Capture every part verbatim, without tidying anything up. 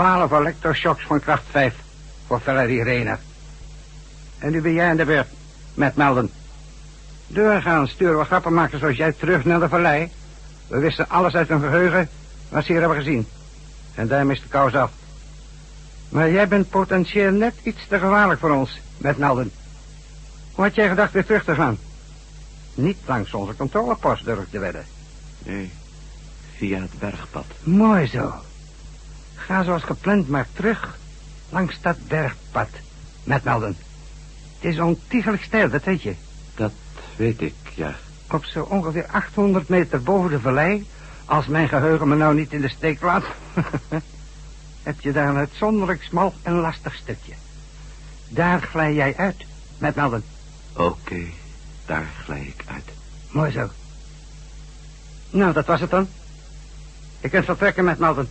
twaalf elektroshocks van kracht vijf voor Valerie Rayner. En nu ben jij aan de beurt, met melden. Doorgaan sturen we grappen maken zoals jij terug naar de vallei. We wisten alles uit hun geheugen wat ze hier hebben gezien. En daarmee is de kous af. Maar jij bent potentieel net iets te gevaarlijk voor ons, met melden. Hoe had jij gedacht weer terug te gaan? Niet langs onze controlepost, durf ik te wedden. Nee, via het bergpad. Mooi zo. Ga zoals gepland maar terug langs dat bergpad, met melden. Het is ontiegelijk steil, dat weet je. Dat weet ik, ja. Op zo ongeveer achthonderd meter boven de vallei, als mijn geheugen me nou niet in de steek laat, heb je daar een uitzonderlijk smal en lastig stukje. Daar glij jij uit, met melden. Oké, okay, daar glij ik uit. Mooi zo. Nou, dat was het dan. Je kunt vertrekken, met melden.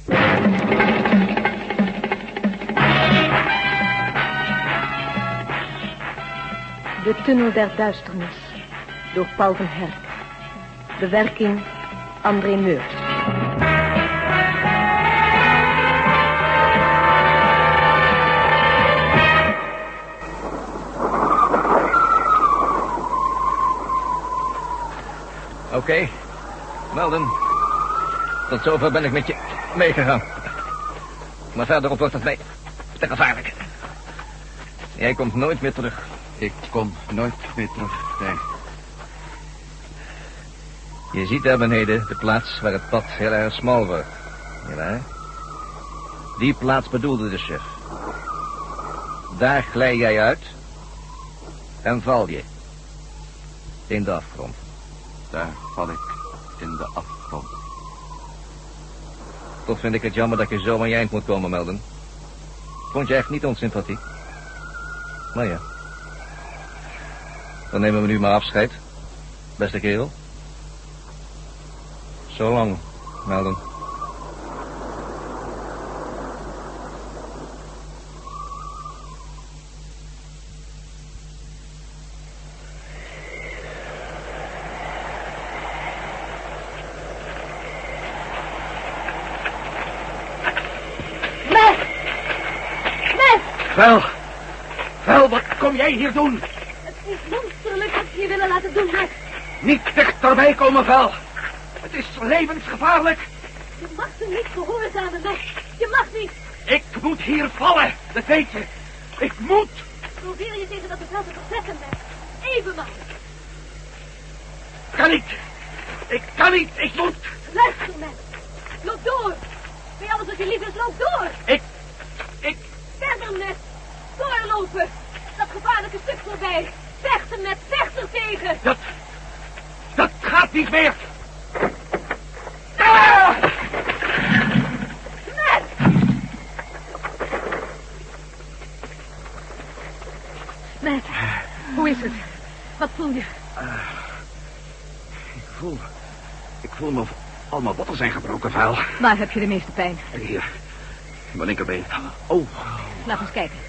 De Tunnel der Duisternis, door Paul van Herk. Bewerking André Meurs. Oké, okay. Melden. Tot zover ben ik met je meegegaan. Maar verderop wordt het mij te gevaarlijk. Jij komt nooit meer terug. Ik kom nooit meer terug, nee. Je ziet daar beneden de plaats waar het pad heel erg smal wordt. Ja, die plaats bedoelde de chef. Daar glij jij uit en val je in de afgrond. Daar val ik in de afgrond. Toch vind ik het jammer dat je zo aan je eind moet komen, Melden. Vond je echt niet onsympathiek? Maar ja. Dan nemen we nu maar afscheid, beste kerel. Zo lang, Melden. Wel, wel, wat kom jij hier doen? Het is monsterlijk wat ze je willen laten doen, Max. Niet dichterbij komen, Vel. Het is levensgevaarlijk. Je mag ze niet gehoorzamen, Max. Je mag niet. Ik moet hier vallen, dat weet je. Ik moet. Probeer je tegen dat bevel te verzetten, Max. Even maar. Kan niet. Ik kan niet, ik moet. Luister, Max. Loop door. Bij alles wat je lief is, loop door. Ik, ik... Verder, Max. Doorlopen. Dat gevaarlijke stuk voorbij. Vechten, met vecht er tegen. Dat... Dat gaat niet meer. Ah! Max! Max, hoe is het? Wat voel je? Uh, ik voel... Ik voel me of al mijn botten zijn gebroken, vuil. Waar heb je de meeste pijn? Hier. In mijn linkerbeen. Oh. Laat eens kijken.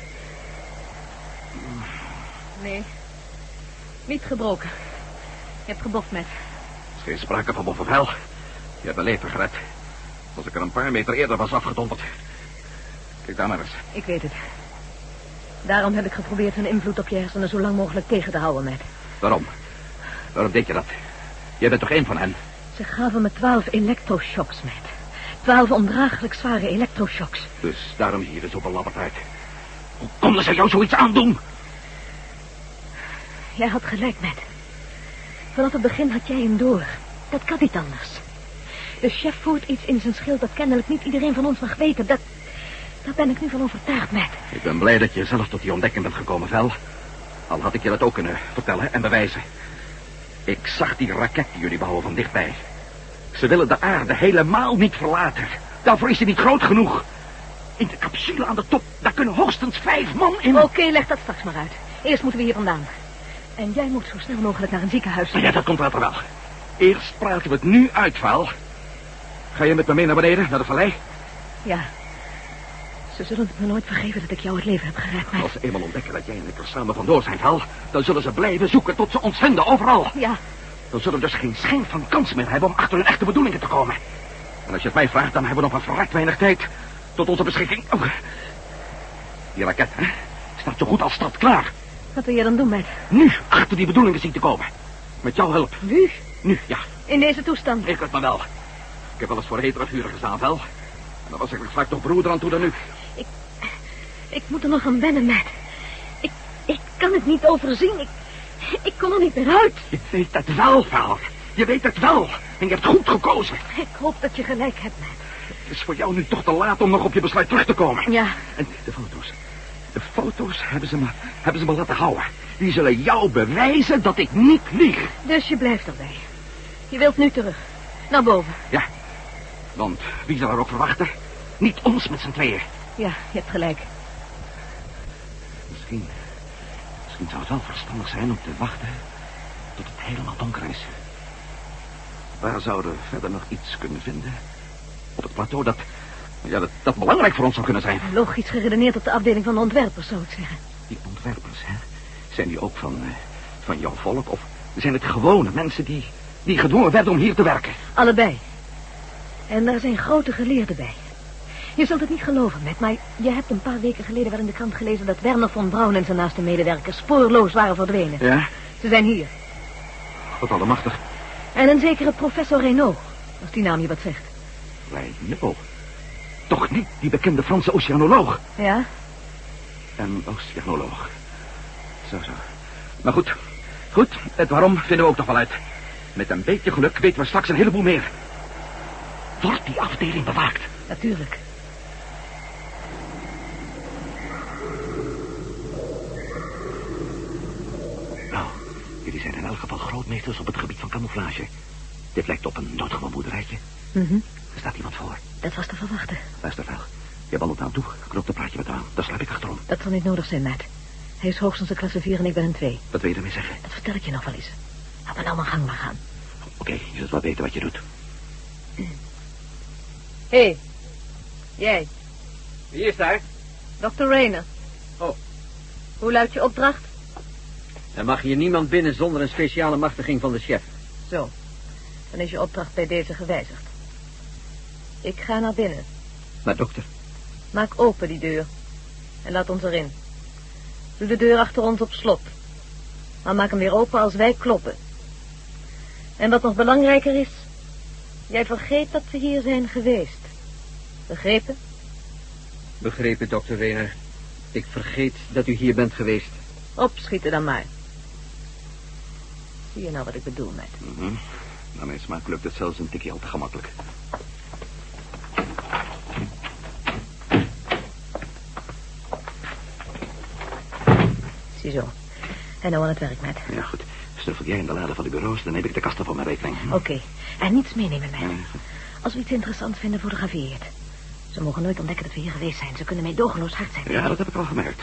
Nee. Niet gebroken. Je hebt geboft, met. Er is geen sprake van boven, vuil. Je hebt mijn leven gered. Als ik er een paar meter eerder was afgedompeld. Kijk daar maar eens. Ik weet het. Daarom heb ik geprobeerd hun invloed op je hersenen zo lang mogelijk tegen te houden, met. Waarom? Waarom deed je dat? Jij bent toch één van hen? Ze gaven me twaalf elektroshocks, met. Twaalf ondraaglijk zware elektroshocks. Dus daarom zie je er zo belabberd uit. Hoe konden ze jou zoiets aandoen? Jij had gelijk, met. Vanaf het begin had jij hem door. Dat kan niet anders. De chef voert iets in zijn schild dat kennelijk niet iedereen van ons mag weten. Dat, daar ben ik nu van overtuigd, met. Ik ben blij dat je zelf tot die ontdekking bent gekomen, Vel. Al had ik je dat ook kunnen vertellen en bewijzen. Ik zag die raket die jullie bouwen van dichtbij. Ze willen de aarde helemaal niet verlaten. Daarvoor is ze niet groot genoeg. In de capsule aan de top, daar kunnen hoogstens vijf man in. Oké, okay, leg dat straks maar uit. Eerst moeten we hier vandaan. En jij moet zo snel mogelijk naar een ziekenhuis. Ja, dat komt later wel. Eerst praten we het nu uit, Val. Ga je met me mee naar beneden, naar de vallei? Ja. Ze zullen het me nooit vergeven dat ik jou het leven heb gered, maar... Als ze eenmaal ontdekken dat jij en ik er samen vandoor zijn, Val, dan zullen ze blijven zoeken tot ze ons vinden, overal. Ja. Dan zullen we dus geen schijn van kans meer hebben om achter hun echte bedoelingen te komen. En als je het mij vraagt, dan hebben we nog maar verrekt weinig tijd... tot onze beschikking. Oh. Die raket, hè, staat zo goed als stad klaar. Wat wil je dan doen, Matt? Nu achter die bedoelingen zien te komen. Met jouw hulp. Nu? Nu, ja. In deze toestand? Ik het maar wel. Ik heb wel eens voor hetere vuren gestaan, wel. En dan was ik nog vaak toch broeder aan toe dan nu. Ik... Ik moet er nog aan wennen, Matt. Ik... Ik kan het niet overzien. Ik... Ik kom er niet meer uit. Je weet het wel, Val. Je weet het wel. En je hebt goed gekozen. Ik hoop dat je gelijk hebt, Matt. Het is voor jou nu toch te laat om nog op je besluit terug te komen. Ja. En de foto's. De foto's hebben ze me, hebben ze me laten houden. Die zullen jou bewijzen dat ik niet lieg. Dus je blijft erbij. Je wilt nu terug. Naar boven. Ja. Want wie zal er ook verwachten? Niet ons met z'n tweeën. Ja, je hebt gelijk. Misschien... Misschien zou het wel verstandig zijn om te wachten tot het helemaal donker is. Waar zouden we verder nog iets kunnen vinden? Op het plateau dat... Ja, dat, dat belangrijk voor ons zou kunnen zijn. Logisch geredeneerd op de afdeling van de ontwerpers, zou ik zeggen. Die ontwerpers, hè? Zijn die ook van, uh, van jouw volk? Of zijn het gewone mensen die, die gedwongen werden om hier te werken? Allebei. En daar zijn grote geleerden bij. Je zult het niet geloven, Matt, maar je hebt een paar weken geleden wel in de krant gelezen dat Werner von Braun en zijn naaste medewerkers spoorloos waren verdwenen. Ja? Ze zijn hier. Wat allemachtig. En een zekere professor Renaud, als die naam je wat zegt. Renaud? Toch niet die bekende Franse oceanoloog? Ja? Een oceanoloog. Zo, zo. Maar goed, goed, het waarom vinden we ook nog wel uit. Met een beetje geluk weten we straks een heleboel meer. Wordt die afdeling bewaakt? Natuurlijk. Nou, jullie zijn in elk geval grootmeesters op het gebied van camouflage. Dit lijkt op een doodgewoon boerderijtje. Mm-hmm. Er staat iemand voor. Dat was te verwachten. Luister wel. Je wandelt aan toe, knoopt een praatje met hem aan. Dan sluip ik achterom. Dat zal niet nodig zijn, Matt. Hij is hoogstens een klasse vier en ik ben een twee. Wat wil je ermee zeggen? Dat vertel ik je nog wel eens. Laten we nou maar gang maar gaan. Oké, okay, je zult wel weten wat je doet. Hé, hey, jij. Wie is daar? dokter Rayner. Oh. Hoe luidt je opdracht? Er mag hier niemand binnen zonder een speciale machtiging van de chef. Zo, dan is je opdracht bij deze gewijzigd. Ik ga naar binnen. Maar dokter... Maak open die deur. En laat ons erin. Doe de deur achter ons op slot. Maar maak hem weer open als wij kloppen. En wat nog belangrijker is... Jij vergeet dat we hier zijn geweest. Begrepen? Begrepen, dokter Rayner. Ik vergeet dat u hier bent geweest. Opschieten dan maar. Zie je nou wat ik bedoel, Matt? Mm-hmm. Naar mijn smaak lukt het zelfs een tikje al te gemakkelijk. Ziezo. En nou aan het werk, Matt. Ja, goed. Snuffel jij in de lade van de bureaus, dan neem ik de kasten voor mijn rekening. Oké. Okay. En niets meenemen, Matt. Ja. Als we iets interessants vinden, fotografeer het. Ze mogen nooit ontdekken dat we hier geweest zijn. Ze kunnen mij dogeloos hard zijn. Ja, dat heb ik al gemerkt.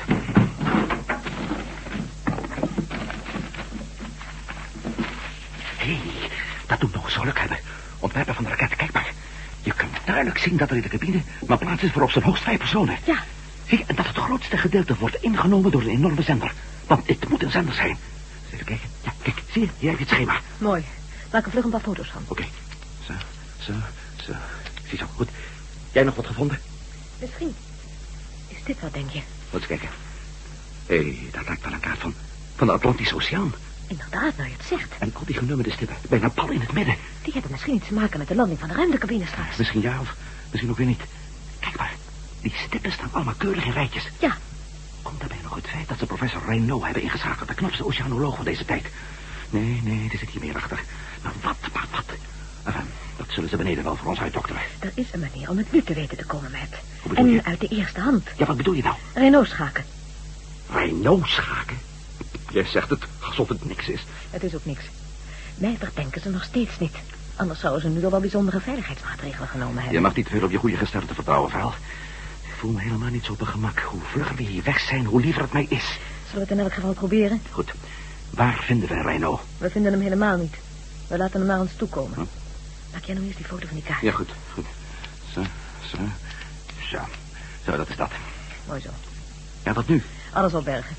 Hé, hey, dat doet nog eens geluk hebben. Ontwerper van de raket, kijk maar. Je kunt duidelijk zien dat er in de cabine maar plaats is voor op zijn hoogst vijf personen. Ja. Zie, en dat het grootste gedeelte wordt ingenomen door een enorme zender. Want dit moet een zender zijn. Eens even kijken. Ja, kijk, zie je? Hier heb je het schema. Mooi. Maak er vlug een paar foto's van. Oké. Okay. Zo, zo, zo. Zie zo, goed. Jij nog wat gevonden? Misschien. Is dit wat, denk je? Moet eens kijken. Hé, hey, dat lijkt wel een kaart van, van de Atlantische Oceaan. Inderdaad, nou je het zegt. En al die genummerde stippen, bijna pal in het midden. Die hebben misschien iets te maken met de landing van de ruimtecabine straks. Misschien ja, of misschien ook weer niet. Kijk maar, die stippen staan allemaal keurig in rijtjes. Ja. Komt daarbij nog het feit dat ze professor Renaud hebben ingeschakeld, de knapste oceanoloog van deze tijd. Nee, nee, er zit hier meer achter. Maar wat, maar wat? Enfin, dat zullen ze beneden wel voor ons uitdokteren. Er is een manier om het nu te weten te komen, Matt. Hoe bedoel je? En uit de eerste hand. Ja, wat bedoel je nou? Renaud schaken. Renaud schaken? Jij zegt het alsof het niks is. Het is ook niks. Mij verdenken ze nog steeds niet. Anders zouden ze nu al wel bijzondere veiligheidsmaatregelen genomen hebben. Je mag niet veel op je goede gesternte vertrouwen, Val. Ik voel me helemaal niet zo op mijn gemak. Hoe vlugger we hier weg zijn, hoe liever het mij is. Zullen we het in elk geval proberen? Goed. Waar vinden we Renaud? We vinden hem helemaal niet. We laten hem naar ons toe komen. Hm? Maak jij nou eerst die foto van die kaart? Ja, goed. goed. Zo, zo, zo. Zo, dat is dat. Mooi zo. Ja, wat nu? Alles opbergen.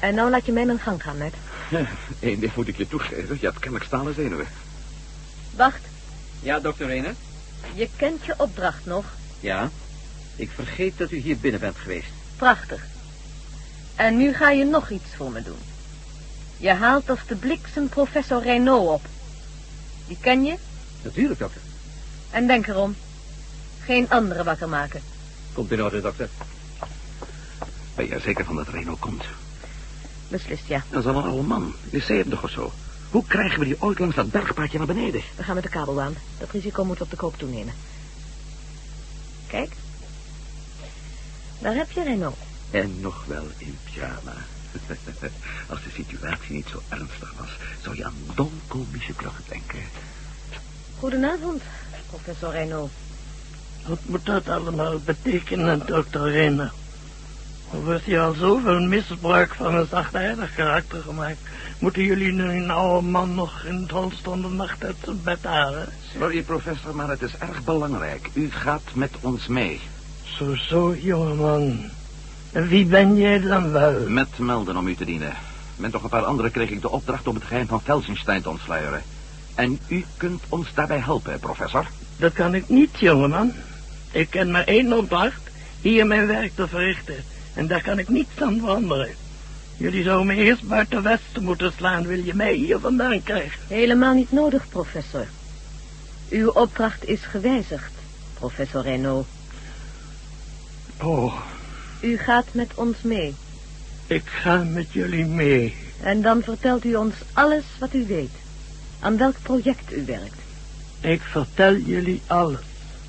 En nou laat je mij mijn gang gaan, Matt. Ja, één ding moet ik je toegeven. Je hebt kennelijk stalen zenuwen. Wacht, Ja, dokter Rayner? je kent je opdracht nog. Ja. Ik vergeet dat u hier binnen bent geweest. Prachtig. En nu ga je nog iets voor me doen. Je haalt als de bliksem professor Renault op. Die ken je? Natuurlijk, dokter. En denk erom. Geen andere wakker maken. Komt in orde, dokter. Ben je er zeker van dat Reno komt? Beslist, ja. Dat is al een oude man. Je zei het nog of zo. Hoe krijgen we die ooit langs dat bergpaadje naar beneden? We gaan met de kabel aan. Dat risico moeten we op de koop toenemen. Kijk. Daar heb je Renault. En nog wel in pyjama. Als de situatie niet zo ernstig was, zou je aan dolkomische kracht denken. Goedenavond, professor Renault. Wat moet dat allemaal betekenen, dokter Rayner? Er wordt hier al zoveel misbruik van een zachtaardig karakter gemaakt. Moeten jullie nu een oude man nog in het holst onder de nacht uit zijn bed halen? Sorry, professor, maar het is erg belangrijk. U gaat met ons mee. Zo, zo, jongeman. En wie ben jij dan wel? Met Melden om u te dienen. Met nog een paar anderen kreeg ik de opdracht om het geheim van Felsenstein te ontsluieren. En u kunt ons daarbij helpen, professor. Dat kan ik niet, jongeman. Ik ken maar één opdracht, hier mijn werk te verrichten. En daar kan ik niets aan veranderen. Jullie zouden me eerst buiten Westen moeten slaan, wil je mij hier vandaan krijgen? Helemaal niet nodig, professor. Uw opdracht is gewijzigd, professor Renault. Oh, U gaat met ons mee. ik ga met jullie mee. En dan vertelt u ons alles wat u weet. Aan welk project u werkt. Ik vertel jullie alles.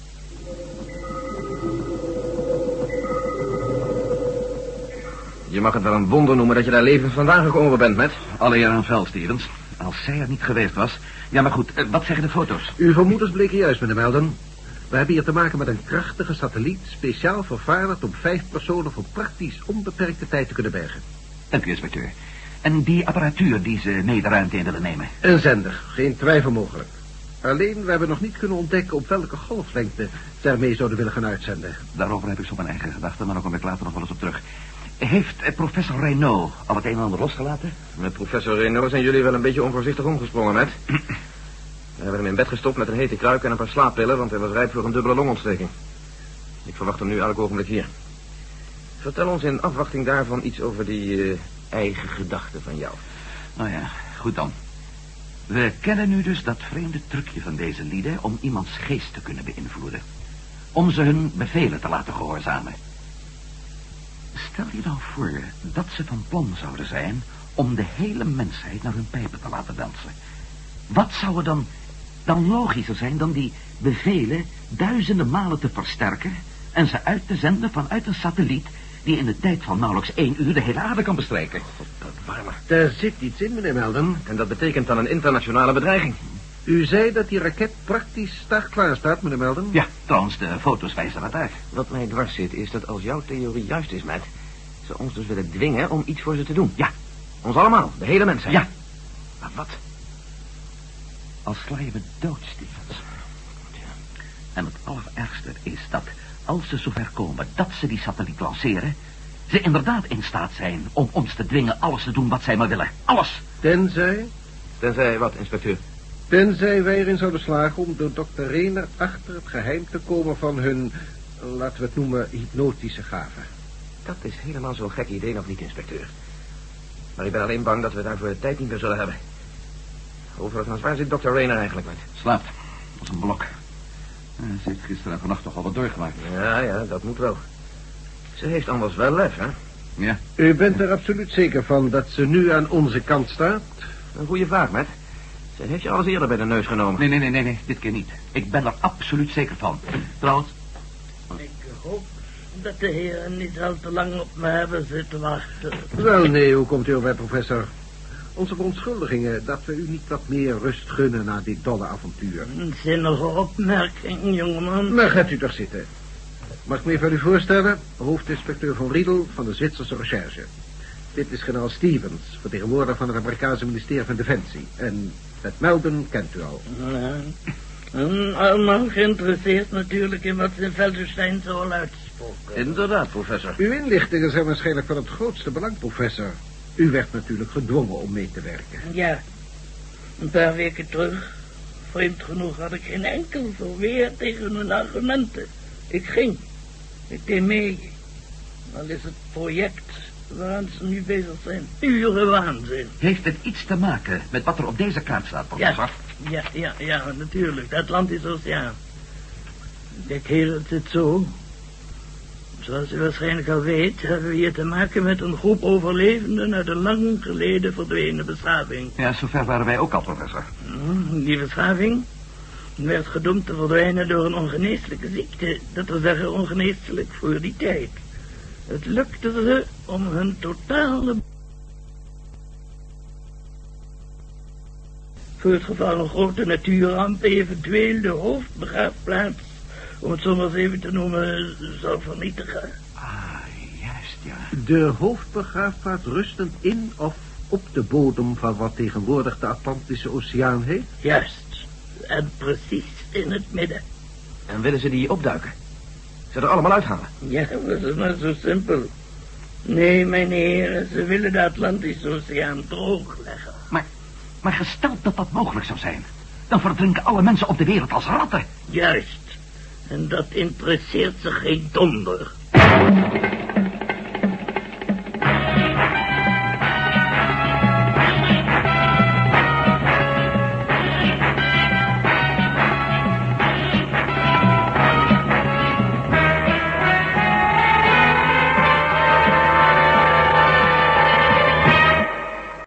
Je mag het wel een wonder noemen dat je daar levend vandaan gekomen bent, Matt. Alle eer aan Vel, Stevens. Als zij er niet geweest was... Ja, maar goed, eh, wat zeggen de foto's? Uw vermoedens bleken juist, meneer Melden. We hebben hier te maken met een krachtige satelliet... speciaal vervaardigd om vijf personen voor praktisch onbeperkte tijd te kunnen bergen. Dank u, inspecteur. En die apparatuur die ze mee de ruimte in willen nemen? Een zender, geen twijfel mogelijk. Alleen, we hebben nog niet kunnen ontdekken op welke golflengte ze ermee zouden willen gaan uitzenden. Daarover heb ik zo mijn eigen gedachten, maar daar kom ik later nog wel eens op terug. Heeft eh, professor Renault al het een en ander losgelaten? Met professor Renault zijn jullie wel een beetje onvoorzichtig omgesprongen, Matt. We hebben hem in bed gestopt met een hete kruik en een paar slaappillen, want hij was rijp voor een dubbele longontsteking. Ik verwacht hem nu elk ogenblik hier. Vertel ons in afwachting daarvan iets over die uh, eigen gedachten van jou. Nou ja, goed dan. We kennen nu dus dat vreemde trucje van deze lieden om iemands geest te kunnen beïnvloeden. Om ze hun bevelen te laten gehoorzamen. Stel je nou voor dat ze van plan zouden zijn om de hele mensheid naar hun pijpen te laten dansen. Wat zou er dan, dan logischer zijn dan die bevelen duizenden malen te versterken en ze uit te zenden vanuit een satelliet die in de tijd van nauwelijks één uur de hele aarde kan bestrijken? Dat warme. Daar zit iets in, meneer Melden. En dat betekent dan een internationale bedreiging. U zei dat die raket praktisch startklaar staat, meneer Melden. Ja, trouwens, de foto's wijzen dat uit. Wat mij dwars zit is dat als jouw theorie juist is, Matt, ze ons dus willen dwingen om iets voor ze te doen. Ja. Ons allemaal, de hele mensheid. Ja. Maar wat? Als sla je me dood, Stevens. En het allerergste is dat als ze zover komen dat ze die satelliet lanceren, ze inderdaad in staat zijn om ons te dwingen alles te doen wat zij maar willen. Alles. Tenzij... Tenzij wat, inspecteur? Tenzij wij erin zouden slagen om door dokter Rayner achter het geheim te komen van hun, laten we het noemen, hypnotische gaven. Dat is helemaal zo'n gek idee nog niet, inspecteur. Maar ik ben alleen bang dat we daarvoor de tijd niet meer zullen hebben. Overigens, waar zit dokter Rayner eigenlijk met? Slaapt. Als een blok. Eh, Ze heeft gisteren en vannacht toch al wat doorgemaakt. Ja, ja, dat moet wel. Ze heeft anders wel lef, hè? Ja. U bent er absoluut zeker van dat ze nu aan onze kant staat? Een goede vraag, Matt. Ze heeft je al eens eerder bij de neus genomen. Nee, nee, nee, nee, nee, dit keer niet. Ik ben er absoluut zeker van. Trouwens, Ik hoop dat de heren niet al te lang op me hebben zitten wachten. Wel, nee, hoe komt u erbij, professor? Onze verontschuldigingen dat we u niet wat meer rust gunnen na dit dolle avontuur. Een zinnige opmerking, jongeman. Maar gaat u toch zitten. Mag ik me even u voorstellen? Hoofdinspecteur Van Riedel van de Zwitserse Recherche. Dit is generaal Stevens, vertegenwoordiger van het Amerikaanse ministerie van Defensie. En met Melden kent u al. Ja. En allemaal geïnteresseerd natuurlijk in wat ze in Felsenstein zoal uitspoken. Inderdaad, professor. Uw inlichtingen zijn waarschijnlijk van het grootste belang, professor. U werd natuurlijk gedwongen om mee te werken. Ja, een paar weken terug, vreemd genoeg, had ik geen enkel verweer tegen hun argumenten. Ik ging, ik deed mee. Al is het project waaraan ze nu bezig zijn pure waanzin. Heeft het iets te maken met wat er op deze kaart staat, professor? Ja, ja, ja, ja, natuurlijk. De Atlantische Oceaan. Kijk, hier, het zit zo. Zoals u waarschijnlijk al weet, hebben we hier te maken met een groep overlevenden uit een lang geleden verdwenen beschaving. Ja, zover waren wij ook al, professor. Die beschaving werd gedoemd te verdwijnen door een ongeneeslijke ziekte. Dat wil zeggen ongeneeslijk voor die tijd. Het lukte ze om hun totale... voor het geval een grote natuurramp eventueel de hoofdbegraafplaats, om het zo maar eens even te noemen, zou vernietigen. Ah, juist, ja. De hoofdbegraafplaats rustend in of op de bodem van wat tegenwoordig de Atlantische Oceaan heet? Juist. En precies in het midden. En willen ze die opduiken? Ze er allemaal uithalen? Ja, dat is maar zo simpel. Nee, mijn heren, ze willen de Atlantische Oceaan droogleggen. Maar, maar gesteld dat dat mogelijk zou zijn, dan verdrinken alle mensen op de wereld als ratten. Juist. En dat interesseert ze geen donder.